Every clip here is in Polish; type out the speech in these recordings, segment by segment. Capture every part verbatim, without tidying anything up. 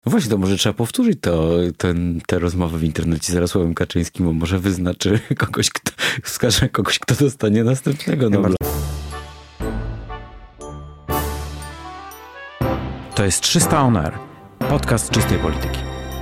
No właśnie, to może trzeba powtórzyć to, ten, te rozmowy w internecie z Jarosławem Kaczyńskim, bo może wyznaczy kogoś, kto wskaże kogoś, kto dostanie następnego Nobla. To jest trzysta On Air, podcast czystej polityki.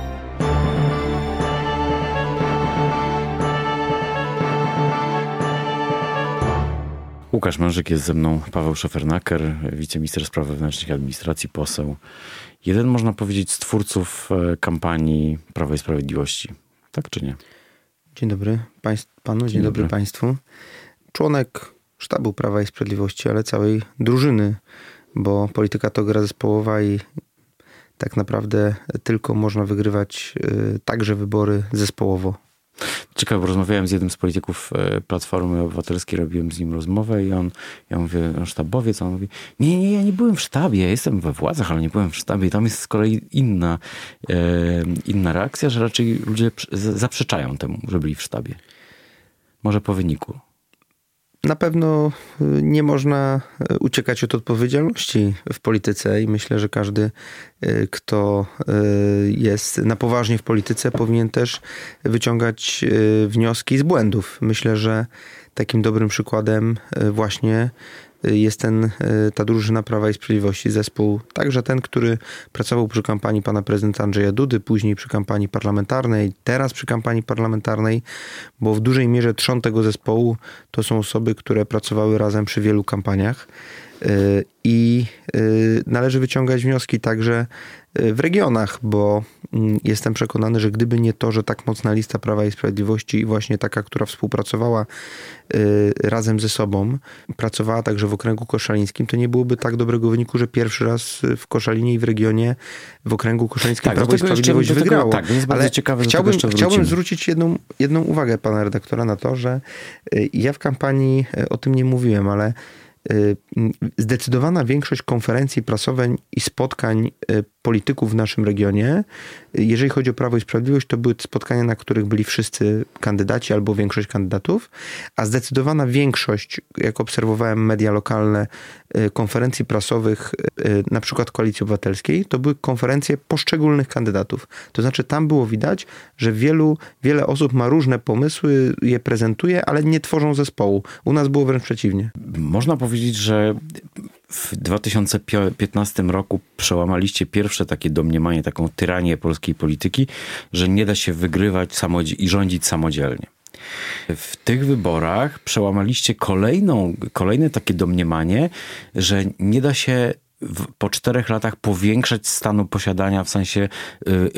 Łukasz Mężyk jest ze mną, Paweł Szofernaker, wiceminister spraw wewnętrznych i administracji, poseł. Jeden, można powiedzieć, z twórców kampanii Prawa i Sprawiedliwości. Tak czy nie? Dzień dobry państw, panu, dzień, dzień dobry. dobry państwu. Członek sztabu Prawa i Sprawiedliwości, ale całej drużyny, bo polityka to gra zespołowa i tak naprawdę tylko można wygrywać y, także wybory zespołowo. Ciekawe, bo rozmawiałem z jednym z polityków Platformy Obywatelskiej, robiłem z nim rozmowę i on, ja mówię, no sztabowiec, a on mówi, nie, nie, ja nie byłem w sztabie, ja jestem we władzach, ale nie byłem w sztabie. I tam jest z kolei inna, e, inna reakcja, że raczej ludzie zaprzeczają temu, że byli w sztabie. Może po wyniku. Na pewno nie można uciekać od odpowiedzialności w polityce i myślę, że każdy, kto jest na poważnie w polityce, powinien też wyciągać wnioski z błędów. Myślę, że takim dobrym przykładem właśnie jest ten, ta drużyna Prawa i Sprawiedliwości, zespół, także ten, który pracował przy kampanii pana prezydenta Andrzeja Dudy, później przy kampanii parlamentarnej, teraz przy kampanii parlamentarnej, bo w dużej mierze trzon tego zespołu to są osoby, które pracowały razem przy wielu kampaniach i należy wyciągać wnioski także w regionach, bo jestem przekonany, że gdyby nie to, że tak mocna lista Prawa i Sprawiedliwości i właśnie taka, która współpracowała razem ze sobą, pracowała także w okręgu koszalińskim, to nie byłoby tak dobrego wyniku, że pierwszy raz w Koszalinie i w regionie w okręgu koszalińskim tak, Prawo i Sprawiedliwość tego, wygrało. Tak, jest bardzo ale ciekawe, chciałbym, chciałbym zwrócić jedną, jedną uwagę pana redaktora na to, że ja w kampanii o tym nie mówiłem, ale zdecydowana większość konferencji prasowych i spotkań polityków w naszym regionie, jeżeli chodzi o Prawo i Sprawiedliwość, to były spotkania, na których byli wszyscy kandydaci albo większość kandydatów, a zdecydowana większość, jak obserwowałem media lokalne, konferencji prasowych, na przykład Koalicji Obywatelskiej, to były konferencje poszczególnych kandydatów. To znaczy tam było widać, że wielu, wiele osób ma różne pomysły, je prezentuje, ale nie tworzą zespołu. U nas było wręcz przeciwnie. Można powiedzieć, że w dwa tysiące piętnastym roku przełamaliście pierwsze takie domniemanie, taką tyranię polskiej polityki, że nie da się wygrywać samodzi- i rządzić samodzielnie. W tych wyborach przełamaliście kolejną, kolejne takie domniemanie, że nie da się w, po czterech latach powiększać stanu posiadania w sensie y, y,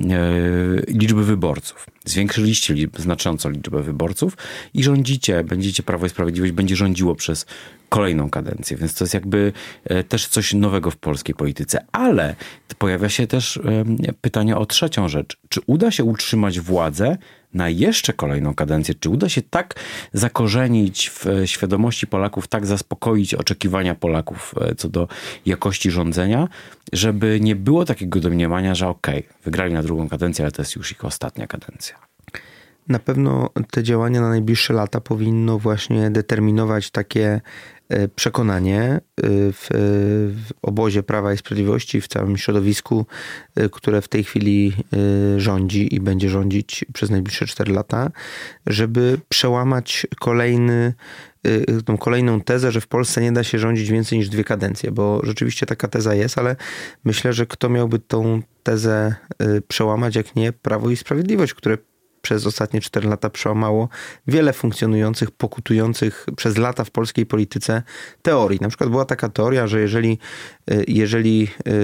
y, liczby wyborców. Zwiększyliście liczb, znacząco liczbę wyborców i rządzicie, będziecie, Prawo i Sprawiedliwość będzie rządziło przez kolejną kadencję, więc to jest jakby też coś nowego w polskiej polityce. Ale pojawia się też pytanie o trzecią rzecz. Czy uda się utrzymać władzę na jeszcze kolejną kadencję? Czy uda się tak zakorzenić w świadomości Polaków, tak zaspokoić oczekiwania Polaków co do jakości rządzenia, żeby nie było takiego domniemania, że okej, okay, wygrali na drugą kadencję, ale to jest już ich ostatnia kadencja? Na pewno te działania na najbliższe lata powinno właśnie determinować takie przekonanie w, w obozie Prawa i Sprawiedliwości, w całym środowisku, które w tej chwili rządzi i będzie rządzić przez najbliższe cztery lata, żeby przełamać kolejny tą kolejną tezę, że w Polsce nie da się rządzić więcej niż dwie kadencje, bo rzeczywiście taka teza jest, ale myślę, że kto miałby tą tezę przełamać, jak nie Prawo i Sprawiedliwość, które przez ostatnie cztery lata przełamało wiele funkcjonujących, pokutujących przez lata w polskiej polityce teorii. Na przykład była taka teoria, że jeżeli, jeżeli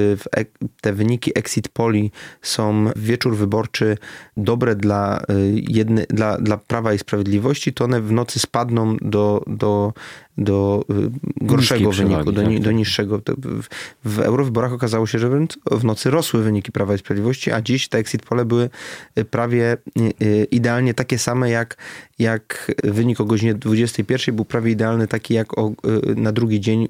te wyniki exit poli są w wieczór wyborczy dobre dla, jedny, dla, dla Prawa i Sprawiedliwości, to one w nocy spadną do, do, do gorszego wyniku, do, do niższego. W, w eurowyborach okazało się, że w nocy rosły wyniki Prawa i Sprawiedliwości, a dziś te exit pole były prawie idealnie takie same jak, jak wynik o godzinie dwudziestej pierwszej był prawie idealny taki jak o, na drugi dzień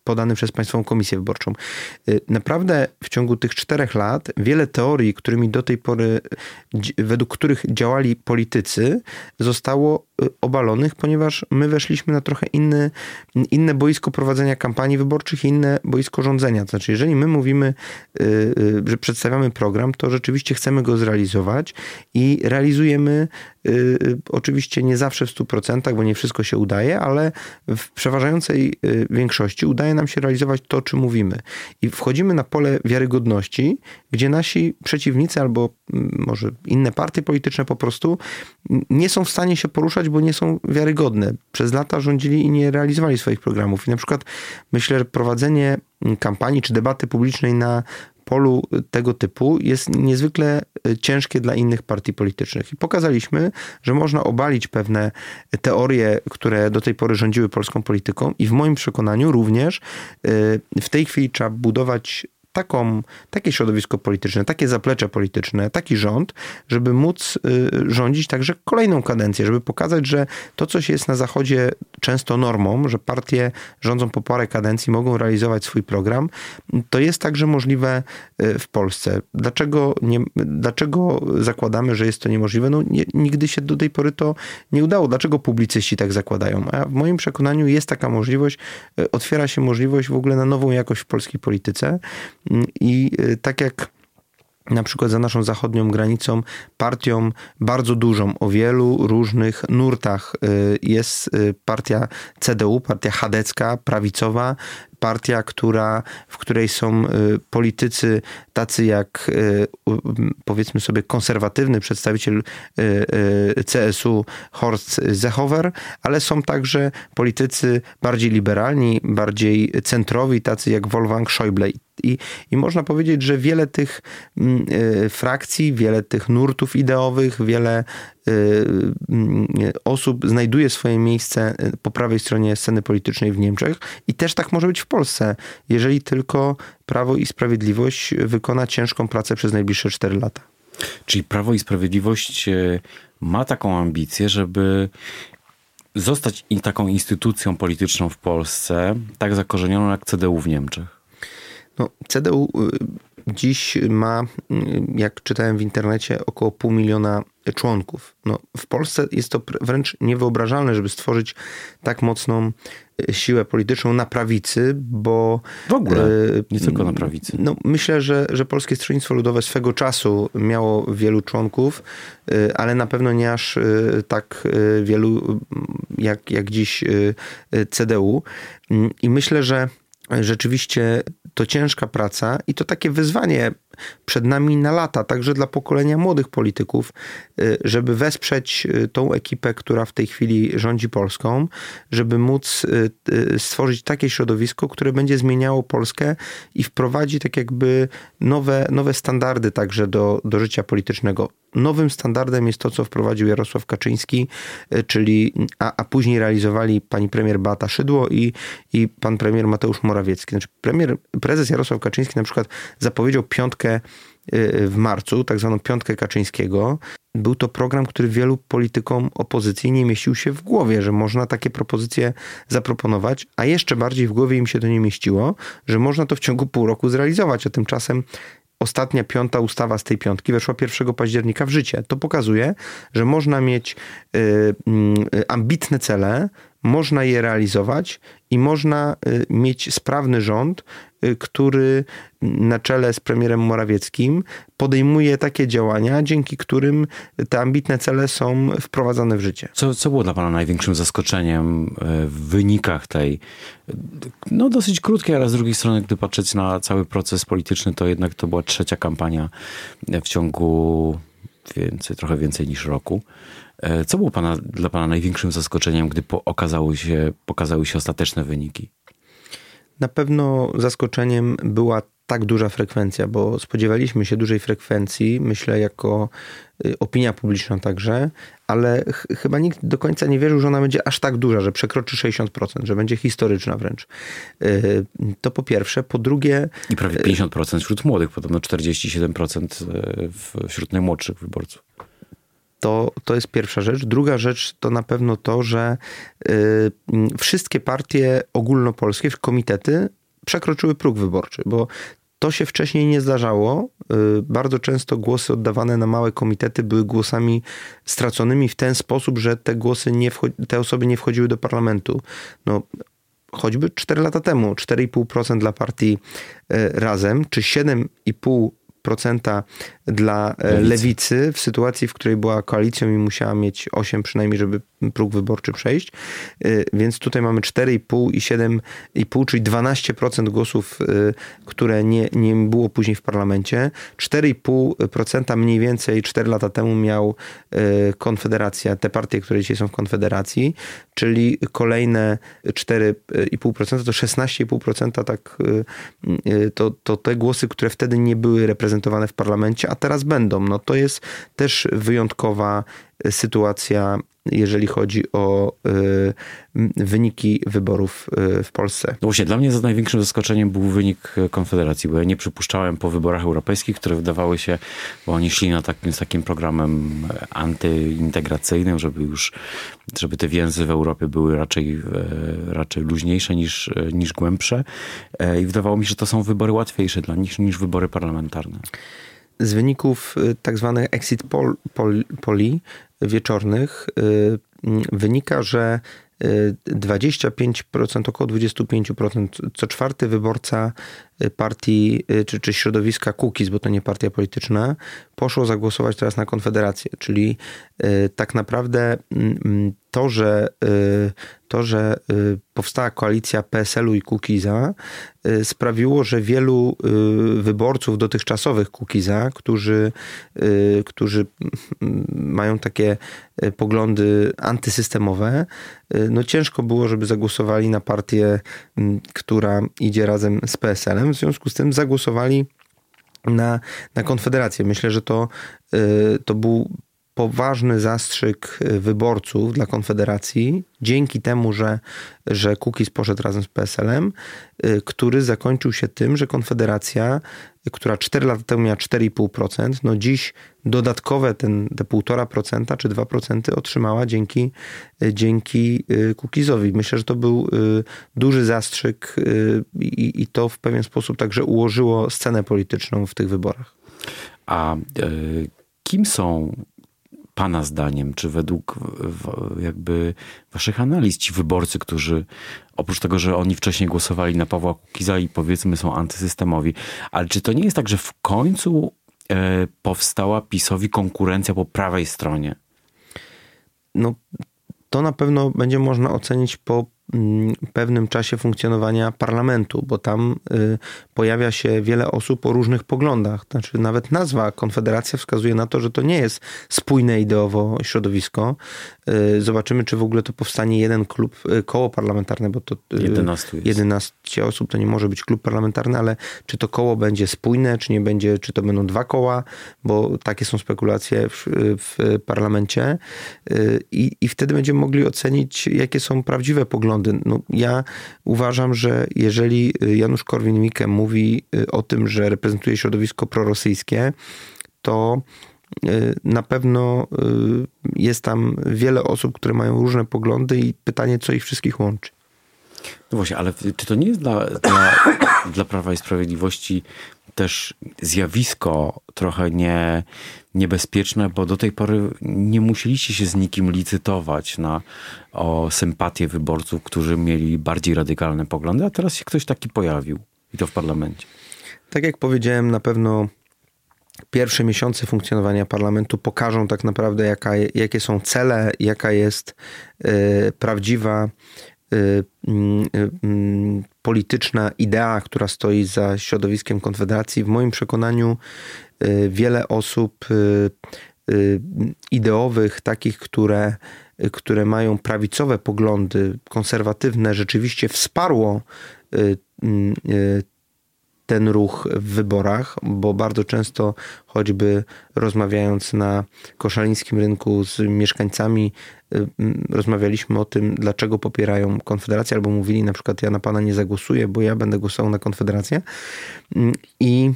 podany przez Państwową Komisję Wyborczą. Naprawdę w ciągu tych czterech lat wiele teorii, którymi do tej pory, według których działali politycy, zostało obalonych, ponieważ my weszliśmy na trochę inny, inne boisko prowadzenia kampanii wyborczych i inne boisko rządzenia. To znaczy, jeżeli my mówimy, że przedstawiamy program, to rzeczywiście chcemy go zrealizować i realizujemy oczywiście nie zawsze w stu procentach, bo nie wszystko się udaje, ale w przeważającej większości udaje nam się realizować to, o czym mówimy. I wchodzimy na pole wiarygodności, gdzie nasi przeciwnicy albo może inne partie polityczne po prostu nie są w stanie się poruszać, bo nie są wiarygodne. Przez lata rządzili i nie realizowali swoich programów. I na przykład myślę, że prowadzenie kampanii czy debaty publicznej na polu tego typu jest niezwykle ciężkie dla innych partii politycznych. I pokazaliśmy, że można obalić pewne teorie, które do tej pory rządziły polską polityką i w moim przekonaniu również w tej chwili trzeba budować taką, takie środowisko polityczne, takie zaplecze polityczne, taki rząd, żeby móc rządzić także kolejną kadencję, żeby pokazać, że to, co się jest na Zachodzie często normą, że partie rządzą po parę kadencji, mogą realizować swój program, to jest także możliwe w Polsce. Dlaczego, nie, dlaczego zakładamy, że jest to niemożliwe? No nie, nigdy się do tej pory to nie udało. Dlaczego publicyści tak zakładają? A w moim przekonaniu jest taka możliwość, otwiera się możliwość w ogóle na nową jakość w polskiej polityce. I tak jak na przykład za naszą zachodnią granicą partią bardzo dużą, o wielu różnych nurtach jest partia C D U, partia chadecka, prawicowa, partia, która, w której są politycy tacy jak powiedzmy sobie konserwatywny przedstawiciel C S U Horst Seehofer, ale są także politycy bardziej liberalni, bardziej centrowi, tacy jak Wolfgang Schäuble. I, I można powiedzieć, że wiele tych y, frakcji, wiele tych nurtów ideowych, wiele y, y, osób znajduje swoje miejsce po prawej stronie sceny politycznej w Niemczech i też tak może być w Polsce, jeżeli tylko Prawo i Sprawiedliwość wykona ciężką pracę przez najbliższe cztery lata. Czyli Prawo i Sprawiedliwość ma taką ambicję, żeby zostać taką instytucją polityczną w Polsce, tak zakorzenioną jak C D U w Niemczech. No, C D U dziś ma, jak czytałem w internecie, około pół miliona członków. No, w Polsce jest to wręcz niewyobrażalne, żeby stworzyć tak mocną siłę polityczną na prawicy, bo... W ogóle, nie tylko na prawicy. No, myślę, że, że Polskie Stronnictwo Ludowe swego czasu miało wielu członków, ale na pewno nie aż tak wielu jak, jak dziś C D U. I myślę, że rzeczywiście to ciężka praca i to takie wyzwanie przed nami na lata, także dla pokolenia młodych polityków, żeby wesprzeć tą ekipę, która w tej chwili rządzi Polską, żeby móc stworzyć takie środowisko, które będzie zmieniało Polskę i wprowadzi tak jakby nowe, nowe standardy także do, do życia politycznego. Nowym standardem jest to, co wprowadził Jarosław Kaczyński, czyli, a, a później realizowali pani premier Beata Szydło i, i pan premier Mateusz Morawiecki. Znaczy premier, prezes Jarosław Kaczyński na przykład zapowiedział piątkę w marcu, tak zwaną piątkę Kaczyńskiego. Był to program, który wielu politykom opozycji nie mieścił się w głowie, że można takie propozycje zaproponować, a jeszcze bardziej w głowie im się to nie mieściło, że można to w ciągu pół roku zrealizować, a tymczasem ostatnia piąta ustawa z tej piątki weszła pierwszego października w życie. To pokazuje, że można mieć y, y, ambitne cele, można je realizować i można y, mieć sprawny rząd, y, który na czele z premierem Morawieckim podejmuje takie działania, dzięki którym te ambitne cele są wprowadzane w życie. Co, co było dla pana największym zaskoczeniem w wynikach tej, no dosyć krótkiej, ale z drugiej strony, gdy patrzeć na cały proces polityczny, to jednak to była trzecia kampania w ciągu więcej, trochę więcej niż roku. Co było pana, dla pana największym zaskoczeniem, gdy po, okazały się, pokazały się ostateczne wyniki? Na pewno zaskoczeniem była tak duża frekwencja, bo spodziewaliśmy się dużej frekwencji, myślę jako opinia publiczna także, ale ch- chyba nikt do końca nie wierzył, że ona będzie aż tak duża, że przekroczy sześćdziesiąt procent, że będzie historyczna wręcz. Yy, to po pierwsze. Po drugie... I prawie pięćdziesiąt procent wśród młodych, podobno czterdzieści siedem procent wśród najmłodszych wyborców. To, to jest pierwsza rzecz. Druga rzecz to na pewno to, że y, wszystkie partie ogólnopolskie, komitety przekroczyły próg wyborczy, bo to się wcześniej nie zdarzało. Y, bardzo często głosy oddawane na małe komitety były głosami straconymi w ten sposób, że te głosy nie wcho- te osoby nie wchodziły do parlamentu. No, choćby cztery lata temu cztery i pół procent dla partii y, Razem, czy siedem i pół procent dla Lewicy. Lewicy w sytuacji, w której była koalicją i musiała mieć osiem przynajmniej, żeby próg wyborczy przejść. Więc tutaj mamy cztery i pół i siedem i pół, czyli dwanaście procent głosów, które nie, nie było później w parlamencie. cztery i pół procent mniej więcej cztery lata temu miał Konfederacja, te partie, które dzisiaj są w Konfederacji, czyli kolejne cztery i pół procent to szesnaście i pół procent tak, to, to te głosy, które wtedy nie były reprezentowane w parlamencie, a teraz będą. No to jest też wyjątkowa sytuacja, jeżeli chodzi o y, wyniki wyborów y, w Polsce. No właśnie, dla mnie za największym zaskoczeniem był wynik Konfederacji, bo ja nie przypuszczałem po wyborach europejskich, które wydawały się, bo oni szli na takim, z takim programem antyintegracyjnym, żeby już, żeby te więzy w Europie były raczej, raczej luźniejsze niż, niż głębsze i wydawało mi się, że to są wybory łatwiejsze dla nich niż wybory parlamentarne. Z wyników tak zwanych exit poll, poll, poli wieczornych wynika, że dwadzieścia pięć procent, około dwadzieścia pięć procent co czwarty wyborca partii czy, czy środowiska Kukiz, bo to nie partia polityczna, poszło zagłosować teraz na Konfederację. Czyli tak naprawdę to, że, to, że powstała koalicja P S L u i Kukiza, sprawiło, że wielu wyborców dotychczasowych Kukiza, którzy, którzy mają takie poglądy antysystemowe, no ciężko było, żeby zagłosowali na partię, która idzie razem z P S L em. W związku z tym zagłosowali na, na Konfederację. Myślę, że to, to był poważny zastrzyk wyborców dla Konfederacji, dzięki temu, że, że Kukiz poszedł razem z P S L em, który zakończył się tym, że Konfederacja, która cztery lata temu miała cztery i pół procent, no dziś dodatkowe ten, te półtora procenta czy dwa procent otrzymała dzięki, dzięki Kukizowi. Myślę, że to był duży zastrzyk i, i to w pewien sposób także ułożyło scenę polityczną w tych wyborach. A y, kim są pana zdaniem, czy według jakby waszych analiz ci wyborcy, którzy oprócz tego, że oni wcześniej głosowali na Pawła Kukiza i powiedzmy są antysystemowi, ale czy to nie jest tak, że w końcu e, powstała PiS-owi konkurencja po prawej stronie? No to na pewno będzie można ocenić po pewnym czasie funkcjonowania parlamentu, bo tam y, pojawia się wiele osób o różnych poglądach. Znaczy nawet nazwa Konfederacja wskazuje na to, że to nie jest spójne ideowo środowisko. Y, zobaczymy, czy w ogóle to powstanie jeden klub, y, koło parlamentarne, bo to y, jedenaście, jedenaście osób, to nie może być klub parlamentarny, ale czy to koło będzie spójne, czy nie będzie, czy to będą dwa koła, bo takie są spekulacje w, w parlamencie y, i, i wtedy będziemy mogli ocenić, jakie są prawdziwe poglądy. No, ja uważam, że jeżeli Janusz Korwin-Mikke mówi o tym, że reprezentuje środowisko prorosyjskie, to na pewno jest tam wiele osób, które mają różne poglądy i pytanie, co ich wszystkich łączy. No właśnie, ale czy to nie jest dla, dla, dla Prawa i Sprawiedliwości też zjawisko trochę nie, niebezpieczne, bo do tej pory nie musieliście się z nikim licytować na, o sympatię wyborców, którzy mieli bardziej radykalne poglądy, a teraz się ktoś taki pojawił i to w parlamencie. Tak jak powiedziałem, na pewno pierwsze miesiące funkcjonowania parlamentu pokażą tak naprawdę, jaka, jakie są cele, jaka jest y, prawdziwa y, y, y, polityczna idea, która stoi za środowiskiem Konfederacji. W moim przekonaniu y, wiele osób y, y, ideowych, takich, które, y, które mają prawicowe poglądy, konserwatywne, rzeczywiście wsparło y, y, ten ruch w wyborach, bo bardzo często choćby rozmawiając na koszalińskim rynku z mieszkańcami, rozmawialiśmy o tym, dlaczego popierają Konfederację, albo mówili na przykład, ja na pana nie zagłosuję, bo ja będę głosował na Konfederację. I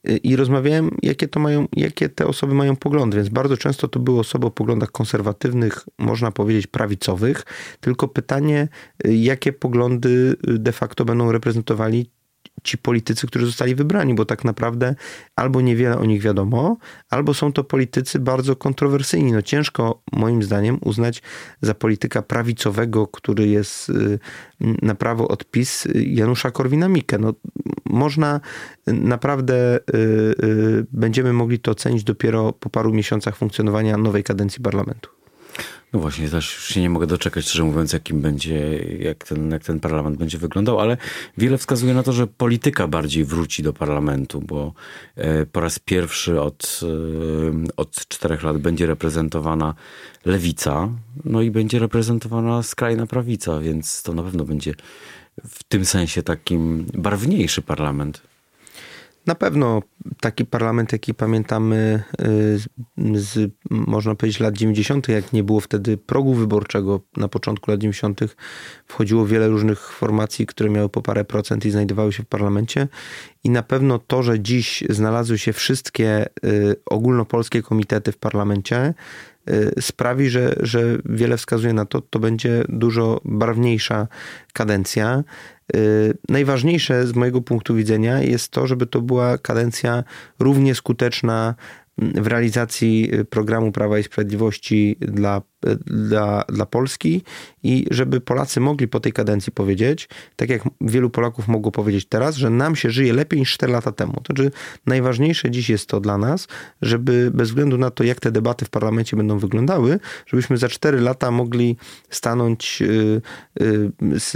i rozmawiałem, jakie to mają, jakie te osoby mają poglądy, więc bardzo często to były osoby o poglądach konserwatywnych, można powiedzieć prawicowych, tylko pytanie, jakie poglądy de facto będą reprezentowali ci politycy, którzy zostali wybrani, bo tak naprawdę albo niewiele o nich wiadomo, albo są to politycy bardzo kontrowersyjni. No ciężko moim zdaniem uznać za polityka prawicowego, który jest na prawo od PiS, Janusza Korwin-Mikke. No, można naprawdę, będziemy mogli to ocenić dopiero po paru miesiącach funkcjonowania nowej kadencji parlamentu. No właśnie, też już się nie mogę doczekać, szczerze mówiąc, jakim będzie, jak ten, jak ten parlament będzie wyglądał, ale wiele wskazuje na to, że polityka bardziej wróci do parlamentu, bo po raz pierwszy od, od czterech lat będzie reprezentowana lewica, no i będzie reprezentowana skrajna prawica, więc to na pewno będzie w tym sensie takim barwniejszy parlament. Na pewno taki parlament, jaki pamiętamy z, można powiedzieć, lat dziewięćdziesiątych, jak nie było wtedy progu wyborczego na początku lat dziewięćdziesiątych, wchodziło wiele różnych formacji, które miały po parę procent i znajdowały się w parlamencie. I na pewno to, że dziś znalazły się wszystkie ogólnopolskie komitety w parlamencie, sprawi, że, że wiele wskazuje na to, to będzie dużo barwniejsza kadencja. Najważniejsze z mojego punktu widzenia jest to, żeby to była kadencja równie skuteczna w realizacji programu Prawa i Sprawiedliwości dla, dla, dla Polski i żeby Polacy mogli po tej kadencji powiedzieć, tak jak wielu Polaków mogło powiedzieć teraz, że nam się żyje lepiej niż cztery lata temu. To znaczy najważniejsze dziś jest to dla nas, żeby bez względu na to, jak te debaty w parlamencie będą wyglądały, żebyśmy za cztery lata mogli stanąć z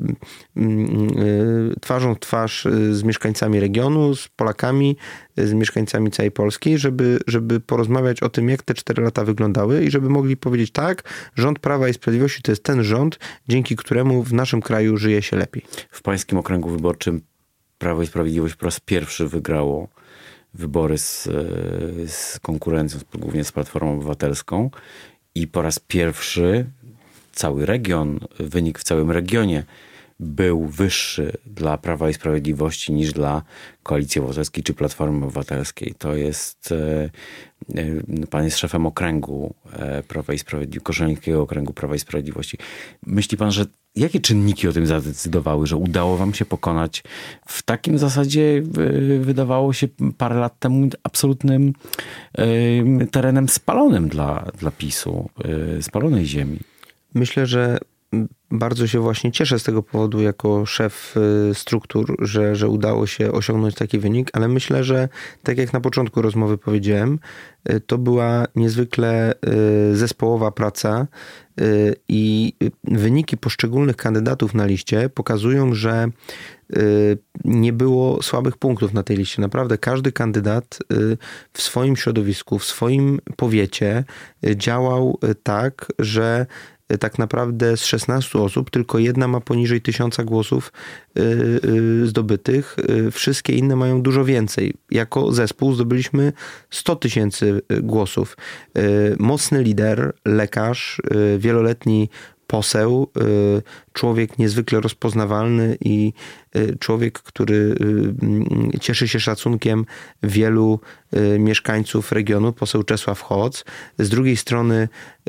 twarzą w twarz z mieszkańcami regionu, z Polakami, z mieszkańcami całej Polski, żeby, żeby porozmawiać o tym, jak te cztery lata wyglądały i żeby mogli powiedzieć tak, rząd Prawa i Sprawiedliwości to jest ten rząd, dzięki któremu w naszym kraju żyje się lepiej. W pańskim okręgu wyborczym Prawo i Sprawiedliwość po raz pierwszy wygrało wybory z, z konkurencją, głównie z Platformą Obywatelską i po raz pierwszy cały region, wynik w całym regionie był wyższy dla Prawa i Sprawiedliwości niż dla Koalicji Obywatelskiej czy Platformy Obywatelskiej. To jest, pan jest szefem okręgu Prawa i Sprawiedliwości, Koszalińskiego Okręgu Prawa i Sprawiedliwości. Myśli pan, że jakie czynniki o tym zadecydowały, że udało wam się pokonać w takim zasadzie, wydawało się parę lat temu, absolutnym terenem spalonym dla, dla PiSu, spalonej ziemi? Myślę, że bardzo się właśnie cieszę z tego powodu jako szef struktur, że, że udało się osiągnąć taki wynik, ale myślę, że tak jak na początku rozmowy powiedziałem, to była niezwykle zespołowa praca i wyniki poszczególnych kandydatów na liście pokazują, że nie było słabych punktów na tej liście. Naprawdę każdy kandydat w swoim środowisku, w swoim powiecie działał tak, że tak naprawdę z szesnastu osób tylko jedna ma poniżej tysiąca głosów zdobytych. Wszystkie inne mają dużo więcej. Jako zespół zdobyliśmy sto tysięcy głosów. Mocny lider, lekarz, wieloletni poseł, człowiek niezwykle rozpoznawalny i człowiek, który cieszy się szacunkiem wielu mieszkańców regionu, poseł Czesław Hoc. Z drugiej strony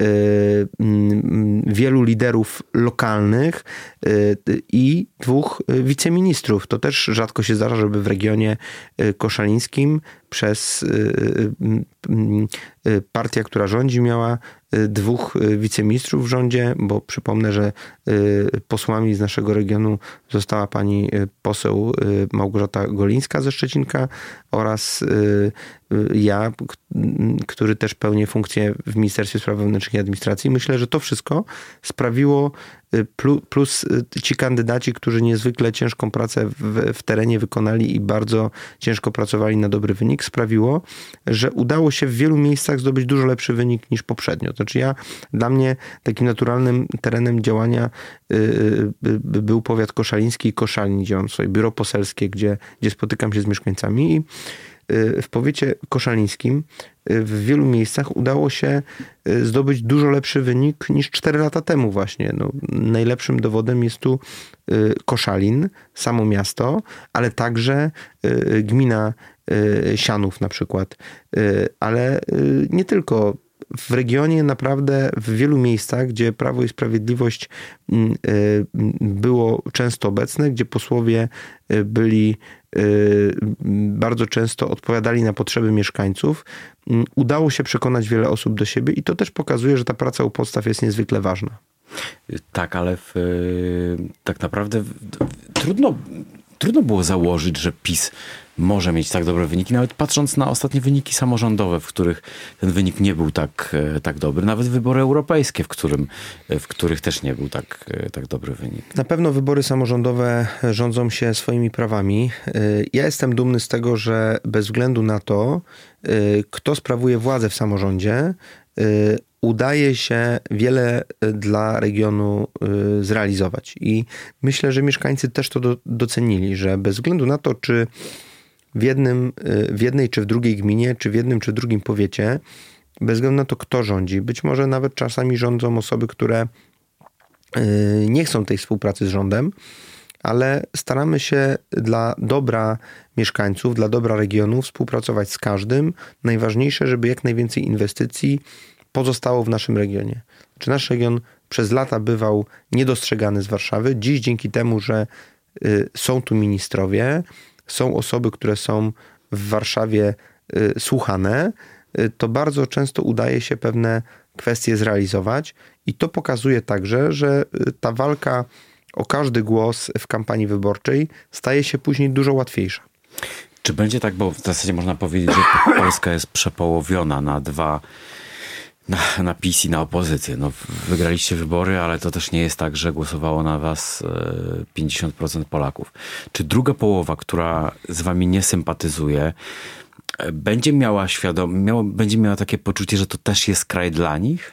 wielu liderów lokalnych i dwóch wiceministrów. To też rzadko się zdarza, żeby w regionie koszalińskim przez partia, która rządzi, miała dwóch wiceministrów w rządzie, bo przypomnę, że posłami z naszego regionu została pani poseł Małgorzata Golińska ze Szczecinka oraz ja, który też pełnię funkcję w Ministerstwie Spraw Wewnętrznych i Administracji. Myślę, że to wszystko sprawiło, plus ci kandydaci, którzy niezwykle ciężką pracę w, w terenie wykonali i bardzo ciężko pracowali na dobry wynik, sprawiło, że udało się w wielu miejscach zdobyć dużo lepszy wynik niż poprzednio. Znaczy ja, dla mnie takim naturalnym terenem działania był powiat koszaliński i Koszalin, gdzie mam swoje biuro poselskie, gdzie, gdzie spotykam się z mieszkańcami i w powiecie koszalińskim w wielu miejscach udało się zdobyć dużo lepszy wynik niż cztery lata temu właśnie. No, najlepszym dowodem jest tu Koszalin, samo miasto, ale także gmina Sianów na przykład, ale nie tylko. W regionie naprawdę w wielu miejscach, gdzie Prawo i Sprawiedliwość było często obecne, gdzie posłowie byli bardzo często odpowiadali na potrzeby mieszkańców, udało się przekonać wiele osób do siebie i to też pokazuje, że ta praca u podstaw jest niezwykle ważna. Tak, ale w, tak naprawdę trudno, trudno było założyć, że PiS może mieć tak dobre wyniki, nawet patrząc na ostatnie wyniki samorządowe, w których ten wynik nie był tak, tak dobry. Nawet wybory europejskie, w, którym, w których też nie był tak, tak dobry wynik. Na pewno wybory samorządowe rządzą się swoimi prawami. Ja jestem dumny z tego, że bez względu na to, kto sprawuje władzę w samorządzie, udaje się wiele dla regionu zrealizować. I myślę, że mieszkańcy też to do, docenili, że bez względu na to, czy w, jednym, w jednej czy w drugiej gminie, czy w jednym czy w drugim powiecie, bez względu na to, kto rządzi, być może nawet czasami rządzą osoby, które nie chcą tej współpracy z rządem, ale staramy się dla dobra mieszkańców, dla dobra regionu współpracować z każdym. Najważniejsze, żeby jak najwięcej inwestycji pozostało w naszym regionie. Czy nasz region przez lata bywał niedostrzegany z Warszawy. Dziś dzięki temu, że y, są tu ministrowie, są osoby, które są w Warszawie y, słuchane, y, to bardzo często udaje się pewne kwestie zrealizować i to pokazuje także, że y, ta walka o każdy głos w kampanii wyborczej staje się później dużo łatwiejsza. Czy będzie tak, bo w zasadzie można powiedzieć, że Polska jest przepołowiona na dwa Na, na PiS i na opozycję. No, wygraliście wybory, ale to też nie jest tak, że głosowało na was pięćdziesiąt procent Polaków. Czy druga połowa, która z wami nie sympatyzuje, będzie miała świadom, miała, będzie miała takie poczucie, że to też jest kraj dla nich?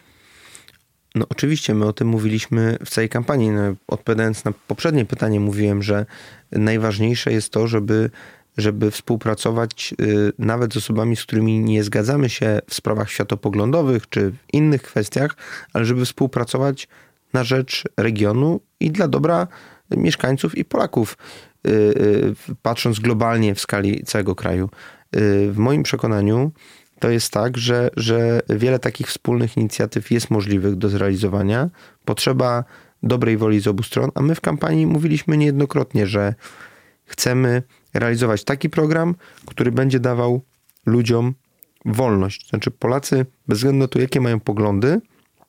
No oczywiście, my o tym mówiliśmy w całej kampanii. No, odpowiadając na poprzednie pytanie, mówiłem, że najważniejsze jest to, żeby żeby współpracować y, nawet z osobami, z którymi nie zgadzamy się w sprawach światopoglądowych czy w innych kwestiach, ale żeby współpracować na rzecz regionu i dla dobra mieszkańców i Polaków, y, y, patrząc globalnie w skali całego kraju. Y, w moim przekonaniu to jest tak, że, że wiele takich wspólnych inicjatyw jest możliwych do zrealizowania. Potrzeba dobrej woli z obu stron, a my w kampanii mówiliśmy niejednokrotnie, że chcemy realizować taki program, który będzie dawał ludziom wolność. Znaczy Polacy, bez względu na to, jakie mają poglądy,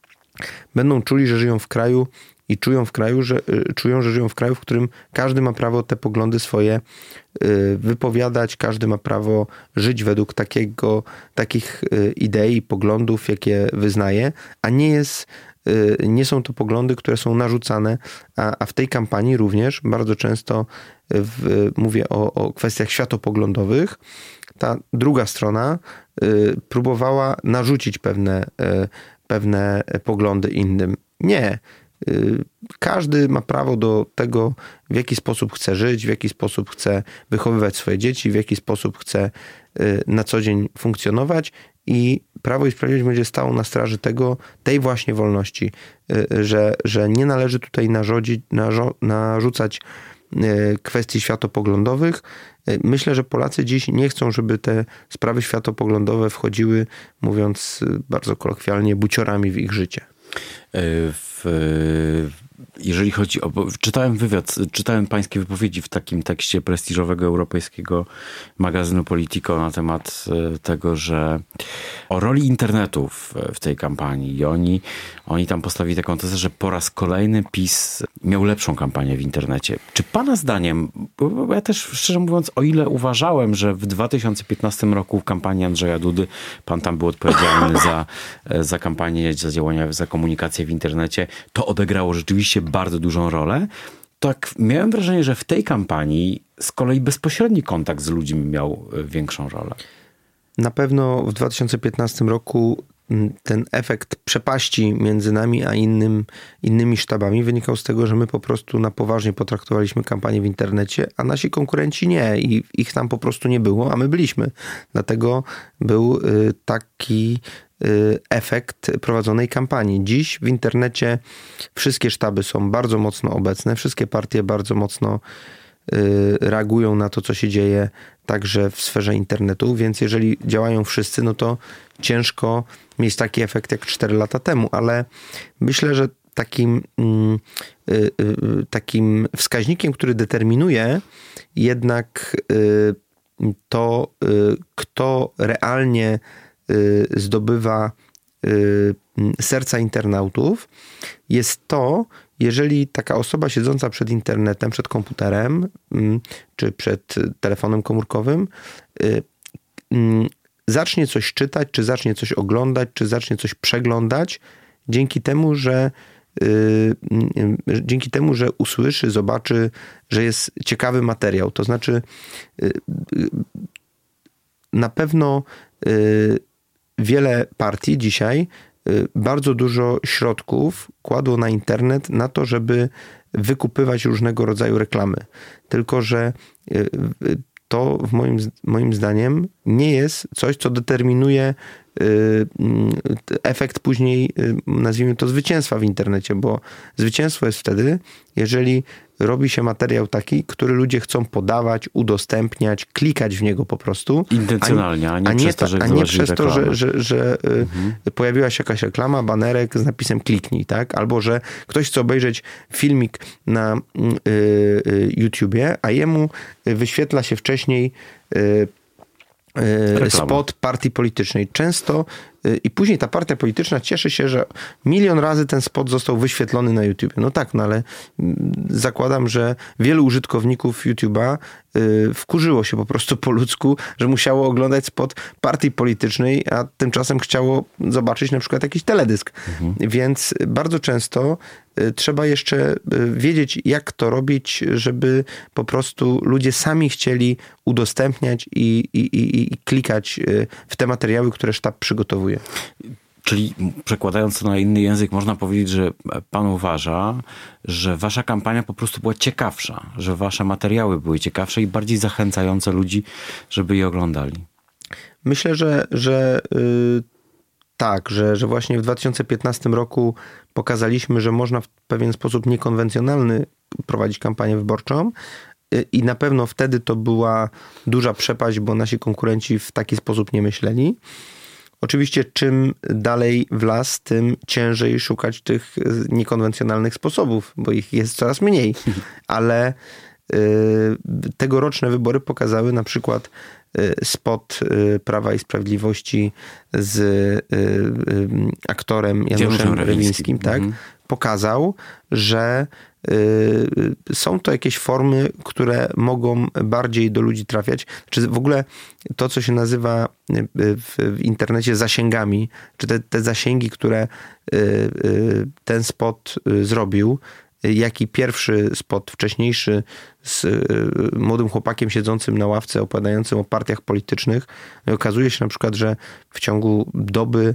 będą czuli, że żyją w kraju i czują w kraju, że czują, że żyją w kraju, w którym każdy ma prawo te poglądy swoje wypowiadać, każdy ma prawo żyć według takiego, takich idei, poglądów, jakie wyznaje, a nie jest nie są to poglądy, które są narzucane, a, a w tej kampanii również bardzo często w, mówię o, o kwestiach światopoglądowych. Ta druga strona y, próbowała narzucić pewne, y, pewne poglądy innym. Nie. Y, każdy ma prawo do tego, w jaki sposób chce żyć, w jaki sposób chce wychowywać swoje dzieci, w jaki sposób chce y, na co dzień funkcjonować. I Prawo i Sprawiedliwość będzie stało na straży tego, tej właśnie wolności, że, że nie należy tutaj narzucić, narzucać kwestii światopoglądowych. Myślę, że Polacy dziś nie chcą, żeby te sprawy światopoglądowe wchodziły, mówiąc bardzo kolokwialnie, buciorami w ich życie. W... Jeżeli chodzi o... Czytałem wywiad, czytałem pańskie wypowiedzi w takim tekście prestiżowego europejskiego magazynu Politico na temat tego, że o roli internetu w, w tej kampanii. I oni, oni tam postawili taką tezę, że po raz kolejny PiS miał lepszą kampanię w internecie. Czy pana zdaniem, bo ja też szczerze mówiąc, o ile uważałem, że w dwa tysiące piętnastym roku w kampanii Andrzeja Dudy pan tam był odpowiedzialny za, za kampanię, za działania, za komunikację w internecie, to odegrało rzeczywiście bardzo dużą rolę. Tak miałem wrażenie, że w tej kampanii z kolei bezpośredni kontakt z ludźmi miał większą rolę. Na pewno w dwa tysiące piętnastym roku ten efekt przepaści między nami a innym, innymi sztabami wynikał z tego, że my po prostu na poważnie potraktowaliśmy kampanię w internecie, a nasi konkurenci nie i ich tam po prostu nie było, a my byliśmy. Dlatego był taki efekt prowadzonej kampanii. Dziś w internecie wszystkie sztaby są bardzo mocno obecne, wszystkie partie bardzo mocno reagują na to, co się dzieje także w sferze internetu, więc jeżeli działają wszyscy, no to ciężko mieć taki efekt jak cztery lata temu, ale myślę, że takim, takim wskaźnikiem, który determinuje jednak to, kto realnie zdobywa serca internautów, jest to, jeżeli taka osoba siedząca przed internetem, przed komputerem, czy przed telefonem komórkowym zacznie coś czytać, czy zacznie coś oglądać, czy zacznie coś przeglądać, dzięki temu, że dzięki temu, że usłyszy, zobaczy, że jest ciekawy materiał. To znaczy na pewno wiele partii dzisiaj bardzo dużo środków kładło na internet na to, żeby wykupywać różnego rodzaju reklamy. Tylko że to w moim, moim zdaniem nie jest coś, co determinuje efekt później, nazwijmy to, zwycięstwa w internecie, bo zwycięstwo jest wtedy, jeżeli robi się materiał taki, który ludzie chcą podawać, udostępniać, klikać w niego po prostu. Intencjonalnie, a nie, a nie przez to, że, a nie przez to, że, że, że mhm. pojawiła się jakaś reklama, banerek z napisem kliknij, tak? Albo, że ktoś chce obejrzeć filmik na y, y, YouTubie, a jemu wyświetla się wcześniej y, y, spot partii politycznej. Często i później ta partia polityczna cieszy się, że milion razy ten spot został wyświetlony na YouTube. No tak, no ale zakładam, że wielu użytkowników YouTube'a wkurzyło się po prostu po ludzku, że musiało oglądać spot partii politycznej, a tymczasem chciało zobaczyć na przykład jakiś teledysk. Mhm. Więc bardzo często trzeba jeszcze wiedzieć, jak to robić, żeby po prostu ludzie sami chcieli udostępniać i, i, i, i klikać w te materiały, które sztab przygotowuje. Czyli przekładając to na inny język, można powiedzieć, że pan uważa, że wasza kampania po prostu była ciekawsza, że wasze materiały były ciekawsze i bardziej zachęcające ludzi, żeby je oglądali. Myślę, że, że yy, tak, że, że właśnie w dwa tysiące piętnastym roku pokazaliśmy, że można w pewien sposób niekonwencjonalny prowadzić kampanię wyborczą. I na pewno wtedy to była duża przepaść, bo nasi konkurenci w taki sposób nie myśleli. Oczywiście czym dalej w las, tym ciężej szukać tych niekonwencjonalnych sposobów, bo ich jest coraz mniej. Ale y, tegoroczne wybory pokazały na przykład y, spot y, Prawa i Sprawiedliwości z y, y, aktorem Januszem Rewińskim, tak? Mhm. Pokazał, że y, są to jakieś formy, które mogą bardziej do ludzi trafiać. Czy w ogóle to, co się nazywa w, w internecie zasięgami, czy te, te zasięgi, które y, y, ten spot y, zrobił, jak i pierwszy spot wcześniejszy z młodym chłopakiem siedzącym na ławce opowiadającym o partiach politycznych. Okazuje się na przykład, że w ciągu doby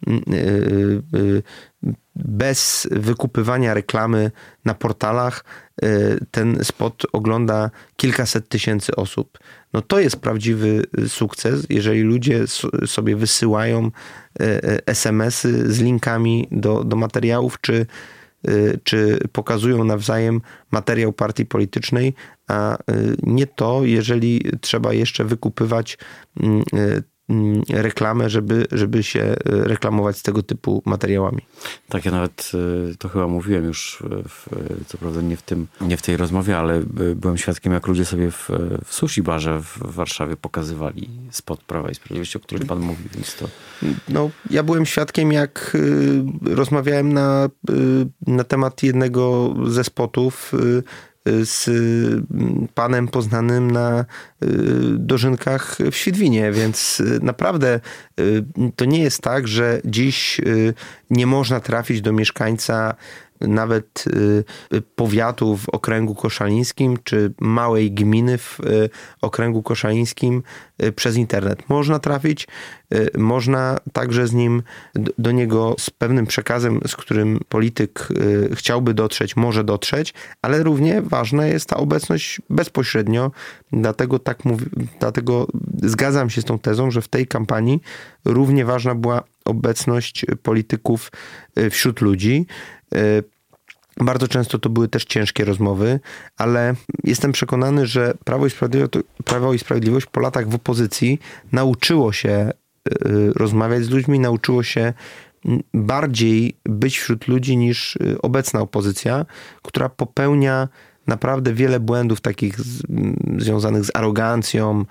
bez wykupywania reklamy na portalach ten spot ogląda kilkaset tysięcy osób. No to jest prawdziwy sukces, jeżeli ludzie sobie wysyłają es em esy z linkami do, do materiałów, czy czy pokazują nawzajem materiał partii politycznej, a nie to, jeżeli trzeba jeszcze wykupywać reklamę, żeby, żeby się reklamować z tego typu materiałami. Tak, ja nawet to chyba mówiłem już, w, co prawda nie w tym, nie w tej rozmowie, ale byłem świadkiem, jak ludzie sobie w, w sushi barze w Warszawie pokazywali spot Prawa i Sprawiedliwości, o którym pan mówi, więc to... No, ja byłem świadkiem, jak rozmawiałem na, na temat jednego ze spotów z panem poznanym na dożynkach w Świdwinie, więc naprawdę to nie jest tak, że dziś nie można trafić do mieszkańca nawet powiatu w okręgu koszalińskim, czy małej gminy w okręgu koszalińskim przez internet. Można trafić, można także z nim, do niego z pewnym przekazem, z którym polityk chciałby dotrzeć, może dotrzeć, ale równie ważna jest ta obecność bezpośrednio, dlatego tak mówię, dlatego zgadzam się z tą tezą, że w tej kampanii równie ważna była obecność polityków wśród ludzi. Bardzo często to były też ciężkie rozmowy, ale jestem przekonany, że Prawo i Sprawiedliwość, Prawo i Sprawiedliwość po latach w opozycji nauczyło się rozmawiać z ludźmi, nauczyło się bardziej być wśród ludzi niż obecna opozycja, która popełnia naprawdę wiele błędów takich z, związanych z arogancją.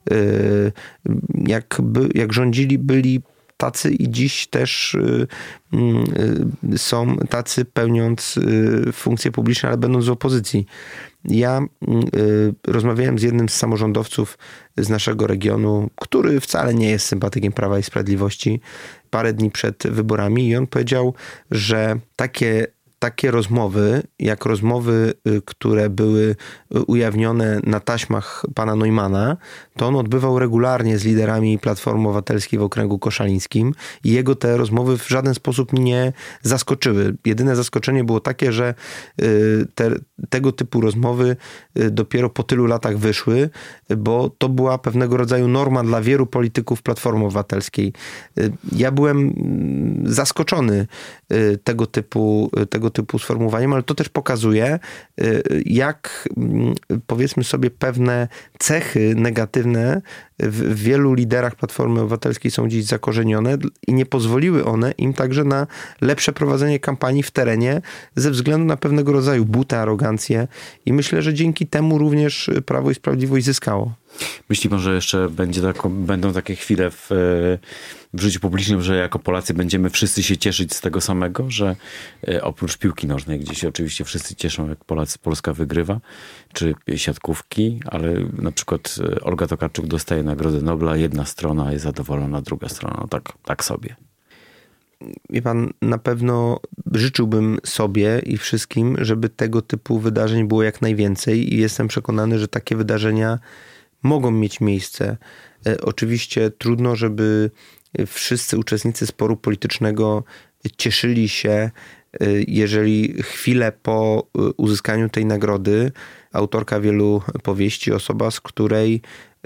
Jak, by, jak rządzili, byli tacy i dziś też y, y, są tacy, pełniąc y, funkcje publiczne, ale będąc w opozycji. Ja y, rozmawiałem z jednym z samorządowców z naszego regionu, który wcale nie jest sympatykiem Prawa i Sprawiedliwości, parę dni przed wyborami, i on powiedział, że takie Takie rozmowy, jak rozmowy, które były ujawnione na taśmach pana Neumana, to on odbywał regularnie z liderami Platformy Obywatelskiej w okręgu koszalińskim i jego te rozmowy w żaden sposób nie zaskoczyły. Jedyne zaskoczenie było takie, że te, tego typu rozmowy dopiero po tylu latach wyszły, bo to była pewnego rodzaju norma dla wielu polityków Platformy Obywatelskiej. Ja byłem zaskoczony tego typu, tego typu sformułowaniem, ale to też pokazuje, jak, powiedzmy sobie, pewne cechy negatywne w wielu liderach Platformy Obywatelskiej są dziś zakorzenione i nie pozwoliły one im także na lepsze prowadzenie kampanii w terenie ze względu na pewnego rodzaju butę, arogancję, i myślę, że dzięki temu również Prawo i Sprawiedliwość zyskało. Myśli pan, że jeszcze będzie tako, będą takie chwile w, w życiu publicznym, że jako Polacy będziemy wszyscy się cieszyć z tego samego, że oprócz piłki nożnej, gdzie się oczywiście wszyscy cieszą, jak Polacy, Polska wygrywa, czy siatkówki, ale na przykład Olga Tokarczuk dostaje Nagrodę Nobla, jedna strona jest zadowolona, druga strona no tak, tak sobie. Wie pan, na pewno życzyłbym sobie i wszystkim, żeby tego typu wydarzeń było jak najwięcej, i jestem przekonany, że takie wydarzenia mogą mieć miejsce. Oczywiście trudno, żeby wszyscy uczestnicy sporu politycznego cieszyli się, jeżeli chwilę po uzyskaniu tej nagrody autorka wielu powieści, osoba, z której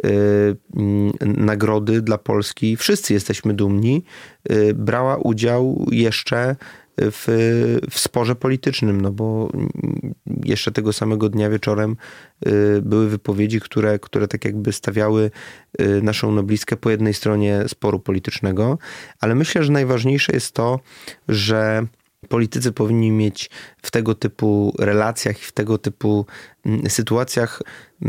nagrody dla Polski, wszyscy jesteśmy dumni, brała udział jeszcze w, w sporze politycznym, no bo jeszcze tego samego dnia wieczorem były wypowiedzi, które, które tak jakby stawiały naszą noblistkę po jednej stronie sporu politycznego, ale myślę, że najważniejsze jest to, że politycy powinni mieć w tego typu relacjach i w tego typu sytuacjach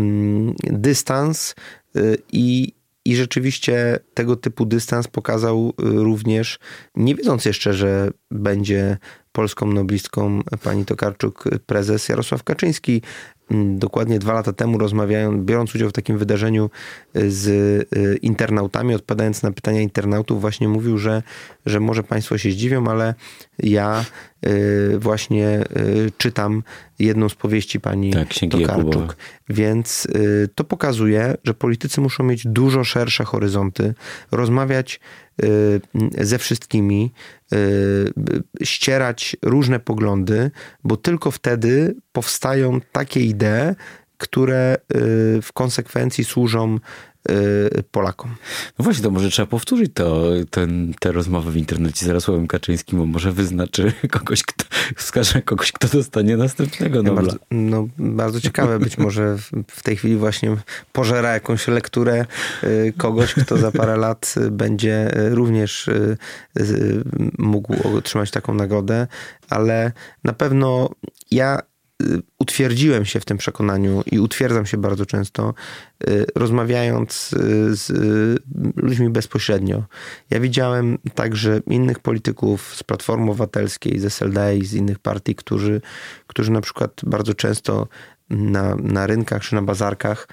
dystans i I rzeczywiście tego typu dystans pokazał również, nie wiedząc jeszcze, że będzie polską noblistką pani Tokarczuk, prezes Jarosław Kaczyński. Dokładnie dwa lata temu rozmawiając, biorąc udział w takim wydarzeniu z internautami, odpowiadając na pytania internautów, właśnie mówił, że, że może państwo się zdziwią, ale ja właśnie czytam jedną z powieści pani tak, Tokarczuk. Jakubowe. Więc to pokazuje, że politycy muszą mieć dużo szersze horyzonty, rozmawiać ze wszystkimi, ścierać różne poglądy, bo tylko wtedy powstają takie idee, które w konsekwencji służą Polakom. No właśnie, to może trzeba powtórzyć to, ten, te rozmowy w internecie z Jarosławem Kaczyńskim, bo może wyznaczy kogoś, kto wskaże kogoś, kto dostanie następnego Nobla. Bardzo, no, bardzo ciekawe, być może w, w tej chwili właśnie pożera jakąś lekturę kogoś, kto za parę lat będzie również mógł otrzymać taką nagrodę, ale na pewno ja utwierdziłem się w tym przekonaniu i utwierdzam się bardzo często, rozmawiając z ludźmi bezpośrednio. Ja widziałem także innych polityków z Platformy Obywatelskiej, z S L D i z innych partii, którzy, którzy na przykład bardzo często na, na rynkach czy na bazarkach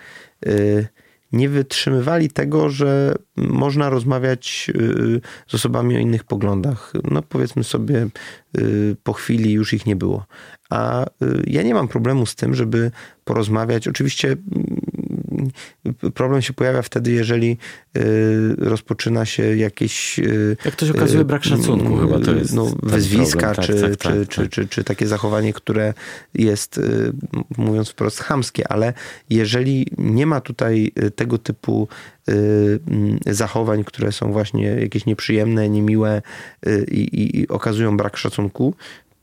nie wytrzymywali tego, że można rozmawiać z osobami o innych poglądach. No powiedzmy sobie, po chwili już ich nie było. A ja nie mam problemu z tym, żeby porozmawiać. Oczywiście problem się pojawia wtedy, jeżeli rozpoczyna się jakieś... Jak to się okazuje, brak szacunku chyba to jest no, wyzwiska, tak, czy, tak, tak, czy, tak, czy, tak. Czy, czy takie zachowanie, które jest, mówiąc wprost, chamskie. Ale jeżeli nie ma tutaj tego typu zachowań, które są właśnie jakieś nieprzyjemne, niemiłe i, i, i okazują brak szacunku,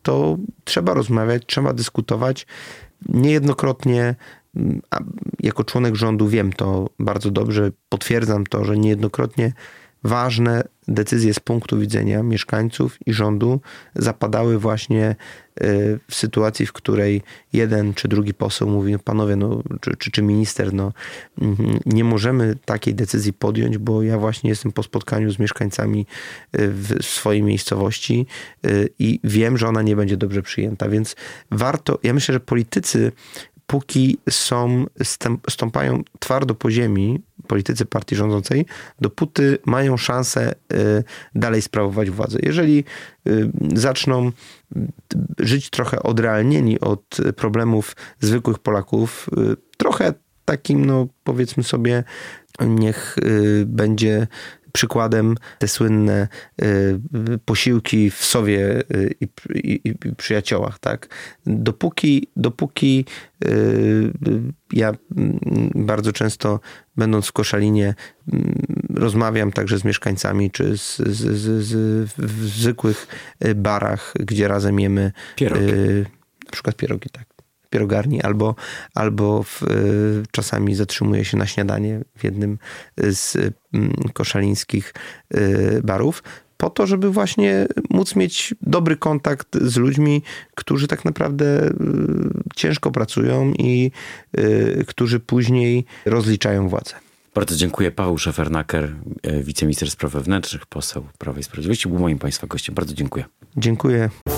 to trzeba rozmawiać, trzeba dyskutować. Niejednokrotnie, a jako członek rządu wiem to bardzo dobrze, potwierdzam to, że niejednokrotnie ważne decyzje z punktu widzenia mieszkańców i rządu zapadały właśnie w sytuacji, w której jeden czy drugi poseł mówi, no panowie, no, czy, czy, czy minister, no nie możemy takiej decyzji podjąć, bo ja właśnie jestem po spotkaniu z mieszkańcami w swojej miejscowości i wiem, że ona nie będzie dobrze przyjęta, więc warto, ja myślę, że politycy póki są, stąpają twardo po ziemi, politycy partii rządzącej, dopóty mają szansę dalej sprawować władzę. Jeżeli zaczną żyć trochę odrealnieni od problemów zwykłych Polaków, trochę takim, no powiedzmy sobie, niech będzie przykładem te słynne y, posiłki w Sowie i, i, i przyjaciołach, tak? Dopóki, dopóki y, ja bardzo często, będąc w Koszalinie, y, rozmawiam także z mieszkańcami, czy z, z, z, z, w zwykłych barach, gdzie razem jemy y, na przykład pierogi, tak. pierogarni, albo, albo w, czasami zatrzymuję się na śniadanie w jednym z koszalińskich barów, po to, żeby właśnie móc mieć dobry kontakt z ludźmi, którzy tak naprawdę ciężko pracują i którzy później rozliczają władzę. Bardzo dziękuję. Paweł Szefernaker, wiceminister spraw wewnętrznych, poseł Prawa i Sprawiedliwości, był moim państwa gościem. Bardzo dziękuję. Dziękuję.